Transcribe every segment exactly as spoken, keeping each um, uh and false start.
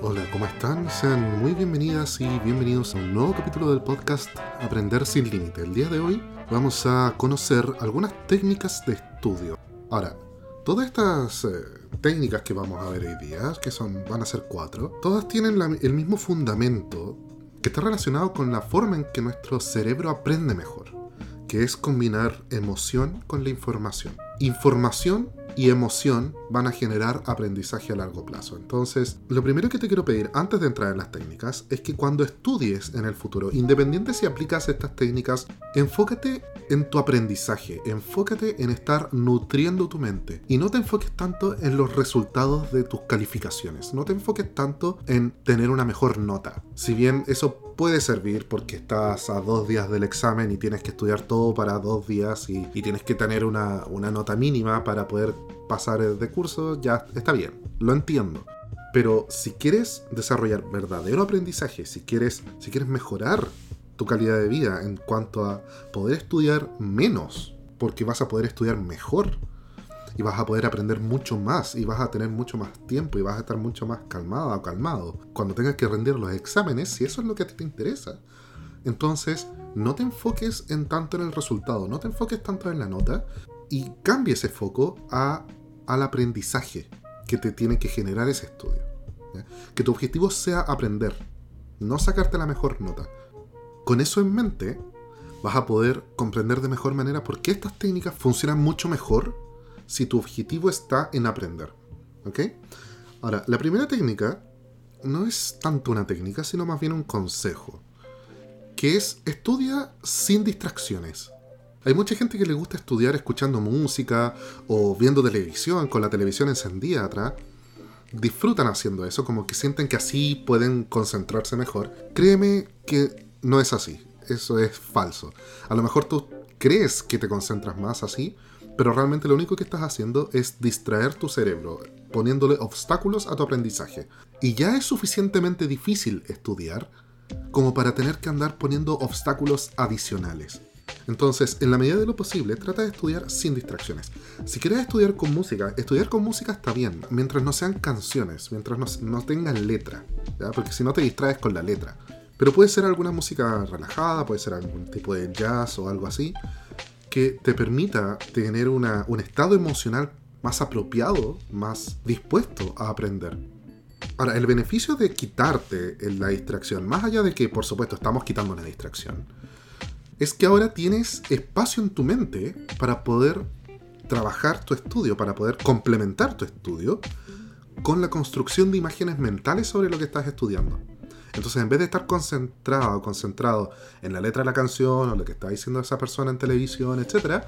Hola, ¿cómo están? Sean muy bienvenidas y bienvenidos a un nuevo capítulo del podcast Aprender sin Límite. El día de hoy vamos a conocer algunas técnicas de estudio. Ahora, todas estas eh, técnicas que vamos a ver hoy día, que son, van a ser cuatro, todas tienen la, el mismo fundamento que está relacionado con la forma en que nuestro cerebro aprende mejor, que es combinar emoción con la información. Información y emoción van a generar aprendizaje a largo plazo. Entonces, lo primero que te quiero pedir antes de entrar en las técnicas es que cuando estudies en el futuro, independiente si aplicas estas técnicas, enfócate en tu aprendizaje, enfócate en estar nutriendo tu mente y no te enfoques tanto en los resultados de tus calificaciones, no te enfoques tanto en tener una mejor nota. Si bien eso puede servir porque estás a dos días del examen y tienes que estudiar todo para dos días y, y tienes que tener una, una nota mínima para poder pasar de curso, ya está bien, lo entiendo. Pero si quieres desarrollar verdadero aprendizaje, si quieres, si quieres mejorar tu calidad de vida en cuanto a poder estudiar menos, porque vas a poder estudiar mejor y vas a poder aprender mucho más y vas a tener mucho más tiempo y vas a estar mucho más calmada o calmado cuando tengas que rendir los exámenes, si eso es lo que a ti te interesa. Entonces, no te enfoques en tanto en el resultado, no te enfoques tanto en la nota y cambia ese foco a, al aprendizaje que te tiene que generar ese estudio, ¿ya? Que tu objetivo sea aprender, no sacarte la mejor nota. Con eso en mente, vas a poder comprender de mejor manera por qué estas técnicas funcionan mucho mejor si tu objetivo está en aprender, ¿ok? Ahora, la primera técnica no es tanto una técnica, sino más bien un consejo, que es estudia sin distracciones. Hay mucha gente que le gusta estudiar escuchando música o viendo televisión, con la televisión encendida atrás. Disfrutan haciendo eso, como que sienten que así pueden concentrarse mejor. Créeme que no es así, eso es falso. A lo mejor tú crees que te concentras más así, pero realmente lo único que estás haciendo es distraer tu cerebro, poniéndole obstáculos a tu aprendizaje. Y ya es suficientemente difícil estudiar como para tener que andar poniendo obstáculos adicionales. Entonces, en la medida de lo posible, trata de estudiar sin distracciones. Si quieres estudiar con música, estudiar con música está bien, mientras no sean canciones, mientras no, no tengan letra, ¿ya? Porque si no te distraes con la letra. Pero puede ser alguna música relajada, puede ser algún tipo de jazz o algo así, que te permita tener una, un estado emocional más apropiado, más dispuesto a aprender. Ahora, el beneficio de quitarte la distracción, más allá de que, por supuesto, estamos quitando una distracción, es que ahora tienes espacio en tu mente para poder trabajar tu estudio, para poder complementar tu estudio con la construcción de imágenes mentales sobre lo que estás estudiando. Entonces, en vez de estar concentrado o concentrado en la letra de la canción o lo que está diciendo esa persona en televisión, etcétera,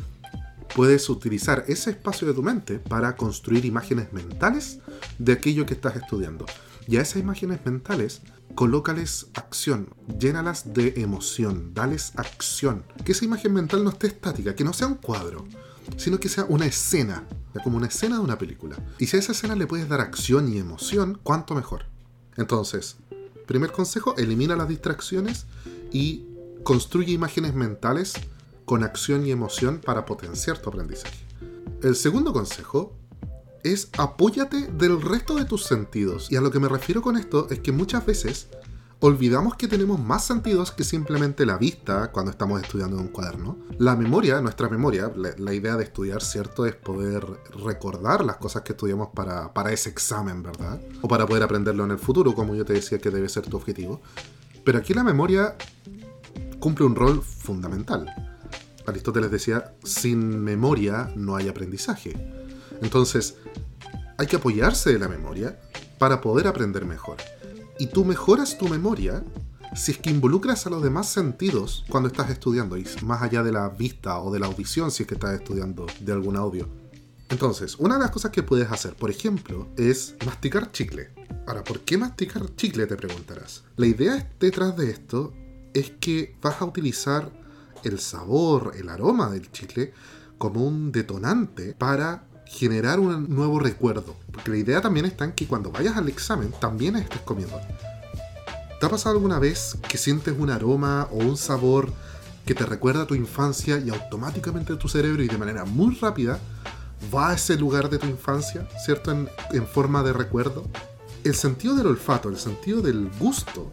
puedes utilizar ese espacio de tu mente para construir imágenes mentales de aquello que estás estudiando. Y a esas imágenes mentales, colócales acción, llénalas de emoción, dales acción. Que esa imagen mental no esté estática, que no sea un cuadro, sino que sea una escena, como una escena de una película. Y si a esa escena le puedes dar acción y emoción, cuánto mejor. Entonces, primer consejo, elimina las distracciones y construye imágenes mentales con acción y emoción para potenciar tu aprendizaje. El segundo consejo es apóyate del resto de tus sentidos. Y a lo que me refiero con esto es que muchas veces olvidamos que tenemos más sentidos que simplemente la vista cuando estamos estudiando en un cuaderno. La memoria, nuestra memoria, la, la idea de estudiar, ¿cierto?, es poder recordar las cosas que estudiamos para, para ese examen, ¿verdad? O para poder aprenderlo en el futuro, como yo te decía que debe ser tu objetivo. Pero aquí la memoria cumple un rol fundamental. Aristóteles decía, sin memoria no hay aprendizaje. Entonces, hay que apoyarse de la memoria para poder aprender mejor. Y tú mejoras tu memoria si es que involucras a los demás sentidos cuando estás estudiando, y más allá de la vista o de la audición si es que estás estudiando de algún audio. Entonces, una de las cosas que puedes hacer, por ejemplo, es masticar chicle. Ahora, ¿por qué masticar chicle?, te preguntarás. La idea detrás de esto es que vas a utilizar el sabor, el aroma del chicle como un detonante para generar un nuevo recuerdo. Porque la idea también está en que cuando vayas al examen también estés comiendo. ¿Te ha pasado alguna vez que sientes un aroma o un sabor que te recuerda a tu infancia y automáticamente tu cerebro y de manera muy rápida va a ese lugar de tu infancia, ¿cierto?, en, en forma de recuerdo? el sentido del olfato, el sentido del gusto,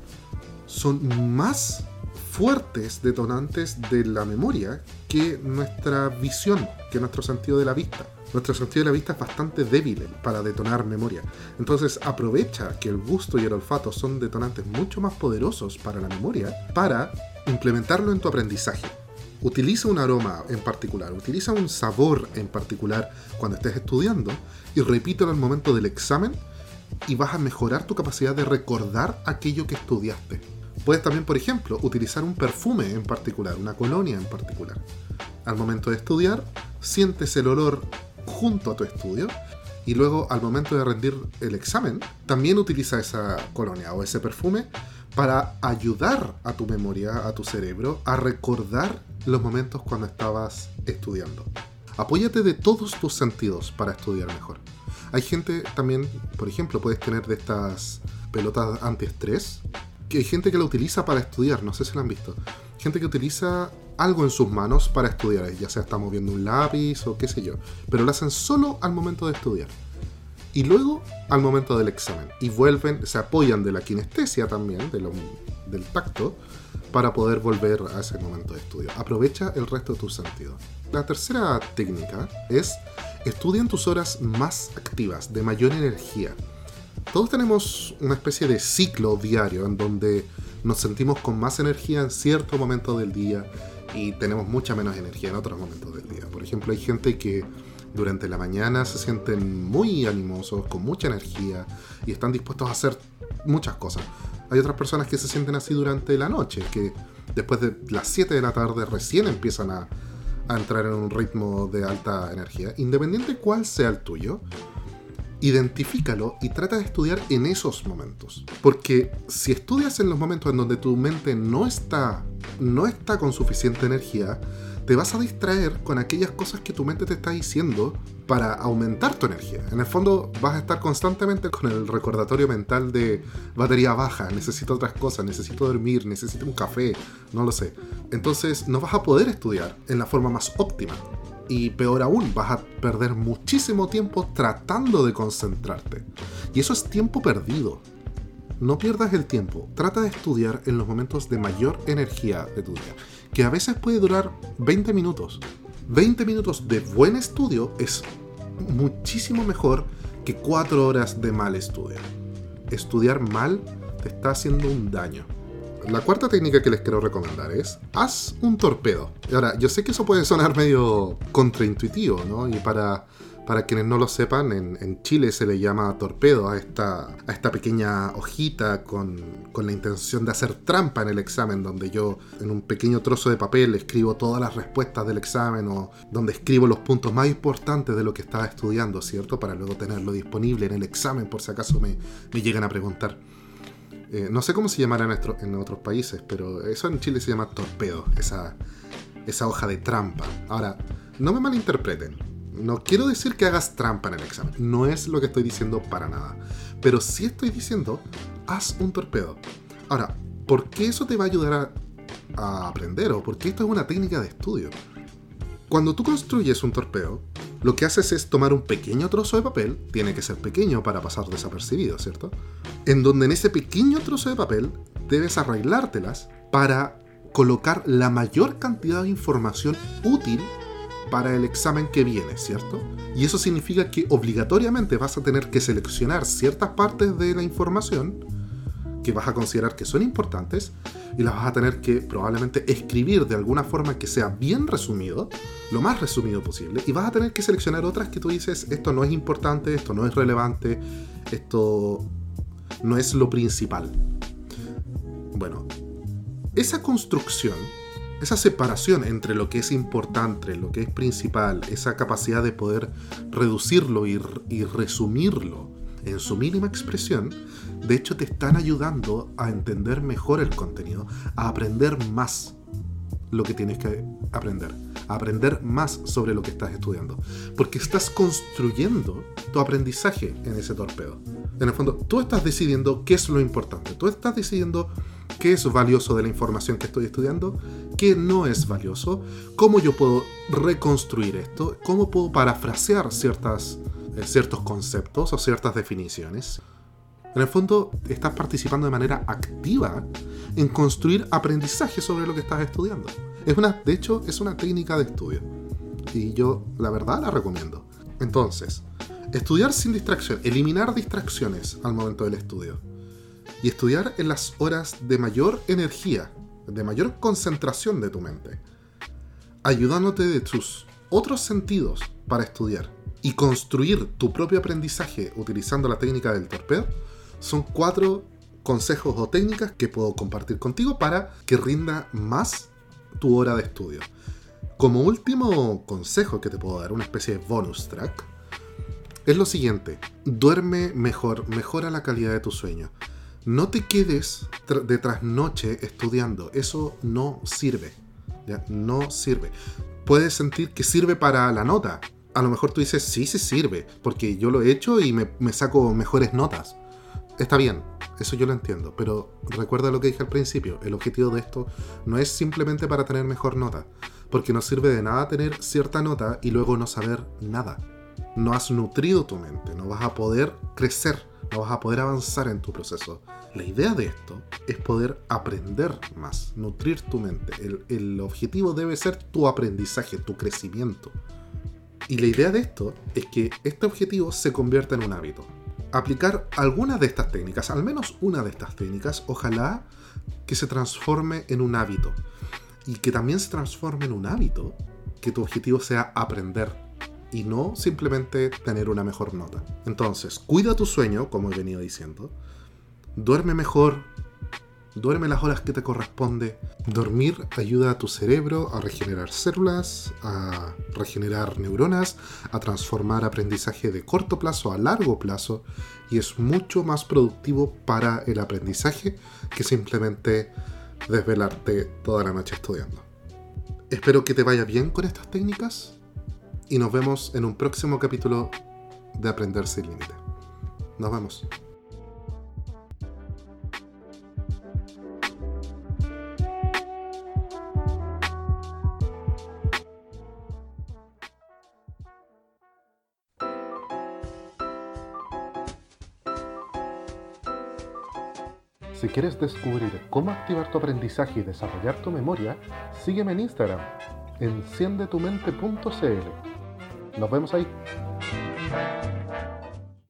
son más fuertes detonantes de la memoria que nuestra visión, que nuestro sentido de la vista. Nuestro sentido de la vista es bastante débil para detonar memoria. Entonces aprovecha que el gusto y el olfato son detonantes mucho más poderosos para la memoria para implementarlo en tu aprendizaje. Utiliza un aroma en particular, utiliza un sabor en particular cuando estés estudiando y repítelo al momento del examen y vas a mejorar tu capacidad de recordar aquello que estudiaste. Puedes también, por ejemplo, utilizar un perfume en particular, una colonia en particular. Al momento de estudiar, sientes el olor junto a tu estudio y luego al momento de rendir el examen, también utiliza esa colonia o ese perfume para ayudar a tu memoria, a tu cerebro, a recordar los momentos cuando estabas estudiando. Apóyate de todos tus sentidos para estudiar mejor. Hay gente también, por ejemplo, puedes tener de estas pelotas antiestrés, que hay gente que la utiliza para estudiar, no sé si la han visto. Gente que utiliza algo en sus manos para estudiar, ya sea está moviendo un lápiz o qué sé yo, pero lo hacen solo al momento de estudiar. Y luego al momento del examen. Y vuelven, se apoyan de la kinestesia también, de lo, del tacto, para poder volver a ese momento de estudio. Aprovecha el resto de tus sentidos. La tercera técnica es estudia en tus horas más activas, de mayor energía. Todos tenemos una especie de ciclo diario en donde nos sentimos con más energía en cierto momento del día y tenemos mucha menos energía en otros momentos del día. Por ejemplo, hay gente que durante la mañana se sienten muy animosos, con mucha energía y están dispuestos a hacer muchas cosas. Hay otras personas que se sienten así durante la noche, que después de las siete de la tarde recién empiezan a, a entrar en un ritmo de alta energía. Independiente cuál sea el tuyo, identifícalo y trata de estudiar en esos momentos. Porque si estudias en los momentos en donde tu mente no está, no está con suficiente energía, te vas a distraer con aquellas cosas que tu mente te está diciendo para aumentar tu energía. En el fondo vas a estar constantemente con el recordatorio mental de batería baja, necesito otras cosas, necesito dormir, necesito un café, no lo sé. Entonces no vas a poder estudiar en la forma más óptima. Y peor aún, vas a perder muchísimo tiempo tratando de concentrarte. Y eso es tiempo perdido. No pierdas el tiempo. Trata de estudiar en los momentos de mayor energía de tu día, que a veces puede durar veinte minutos. veinte minutos de buen estudio es muchísimo mejor que cuatro horas de mal estudio. Estudiar mal te está haciendo un daño. La cuarta técnica que les quiero recomendar es haz un torpedo. Ahora, yo sé que eso puede sonar medio contraintuitivo, ¿no? Y para, para quienes no lo sepan, en, en Chile se le llama torpedo a esta, a esta pequeña hojita con, con la intención de hacer trampa en el examen, donde yo en un pequeño trozo de papel escribo todas las respuestas del examen o donde escribo los puntos más importantes de lo que estaba estudiando, ¿cierto? Para luego tenerlo disponible en el examen por si acaso me, me llegan a preguntar. Eh, no sé cómo se llamará en, nuestro, en otros países, pero eso en Chile se llama torpedo, esa, esa hoja de trampa. Ahora, no me malinterpreten, no quiero decir que hagas trampa en el examen, no es lo que estoy diciendo para nada, pero sí estoy diciendo, haz un torpedo. Ahora, ¿por qué eso te va a ayudar a, a aprender? ¿O por qué esto es una técnica de estudio? Cuando tú construyes un torpedo, lo que haces es tomar un pequeño trozo de papel, tiene que ser pequeño para pasar desapercibido, ¿cierto? En donde en ese pequeño trozo de papel debes arreglártelas para colocar la mayor cantidad de información útil para el examen que viene, ¿cierto? Y eso significa que obligatoriamente vas a tener que seleccionar ciertas partes de la información que vas a considerar que son importantes y las vas a tener que probablemente escribir de alguna forma que sea bien resumido, lo más resumido posible, y vas a tener que seleccionar otras que tú dices, esto no es importante, esto no es relevante, esto no es lo principal. Bueno, esa construcción, esa separación entre lo que es importante, lo que es principal, esa capacidad de poder reducirlo y, y resumirlo en su mínima expresión, de hecho te están ayudando a entender mejor el contenido, a aprender más lo que tienes que aprender, a aprender más sobre lo que estás estudiando, porque estás construyendo tu aprendizaje en ese torpedo. En el fondo, tú estás decidiendo qué es lo importante, tú estás decidiendo qué es valioso de la información que estoy estudiando, qué no es valioso, cómo yo puedo reconstruir esto, cómo puedo parafrasear ciertas, eh, ciertos conceptos o ciertas definiciones. En el fondo, estás participando de manera activa en construir aprendizaje sobre lo que estás estudiando. Es una, de hecho, es una técnica de estudio. Y yo, la verdad, la recomiendo. Entonces, estudiar sin distracción, eliminar distracciones al momento del estudio. Y estudiar en las horas de mayor energía, de mayor concentración de tu mente, ayudándote de tus otros sentidos para estudiar y construir tu propio aprendizaje utilizando la técnica del torpedo, son cuatro consejos o técnicas que puedo compartir contigo para que rinda más tu hora de estudio. Como último consejo que te puedo dar, una especie de bonus track, es lo siguiente: duerme mejor, mejora la calidad de tu sueño. No te quedes tra- de trasnoche estudiando, eso no sirve, ¿ya? No sirve. Puedes sentir que sirve para la nota. A lo mejor tú dices, sí, sí sirve, porque yo lo he hecho y me, me saco mejores notas. Está bien, eso yo lo entiendo, pero recuerda lo que dije al principio, el objetivo de esto no es simplemente para tener mejor nota, porque no sirve de nada tener cierta nota y luego no saber nada. No has nutrido tu mente, no vas a poder crecer, no vas a poder avanzar en tu proceso. La idea de esto es poder aprender más, nutrir tu mente. El, el objetivo debe ser tu aprendizaje, tu crecimiento. Y la idea de esto es que este objetivo se convierta en un hábito. Aplicar alguna de estas técnicas, al menos una de estas técnicas, ojalá que se transforme en un hábito. Y que también se transforme en un hábito que tu objetivo sea aprender y no simplemente tener una mejor nota. Entonces, cuida tu sueño, como he venido diciendo. Duerme mejor, duerme las horas que te corresponde. Dormir ayuda a tu cerebro a regenerar células, a regenerar neuronas, a transformar aprendizaje de corto plazo a largo plazo, y es mucho más productivo para el aprendizaje que simplemente desvelarte toda la noche estudiando. Espero que te vaya bien con estas técnicas y nos vemos en un próximo capítulo de Aprender Sin Límite. Nos vemos. Si quieres descubrir cómo activar tu aprendizaje y desarrollar tu memoria, sígueme en Instagram, enciende tu mente punto c l. Nos vemos ahí.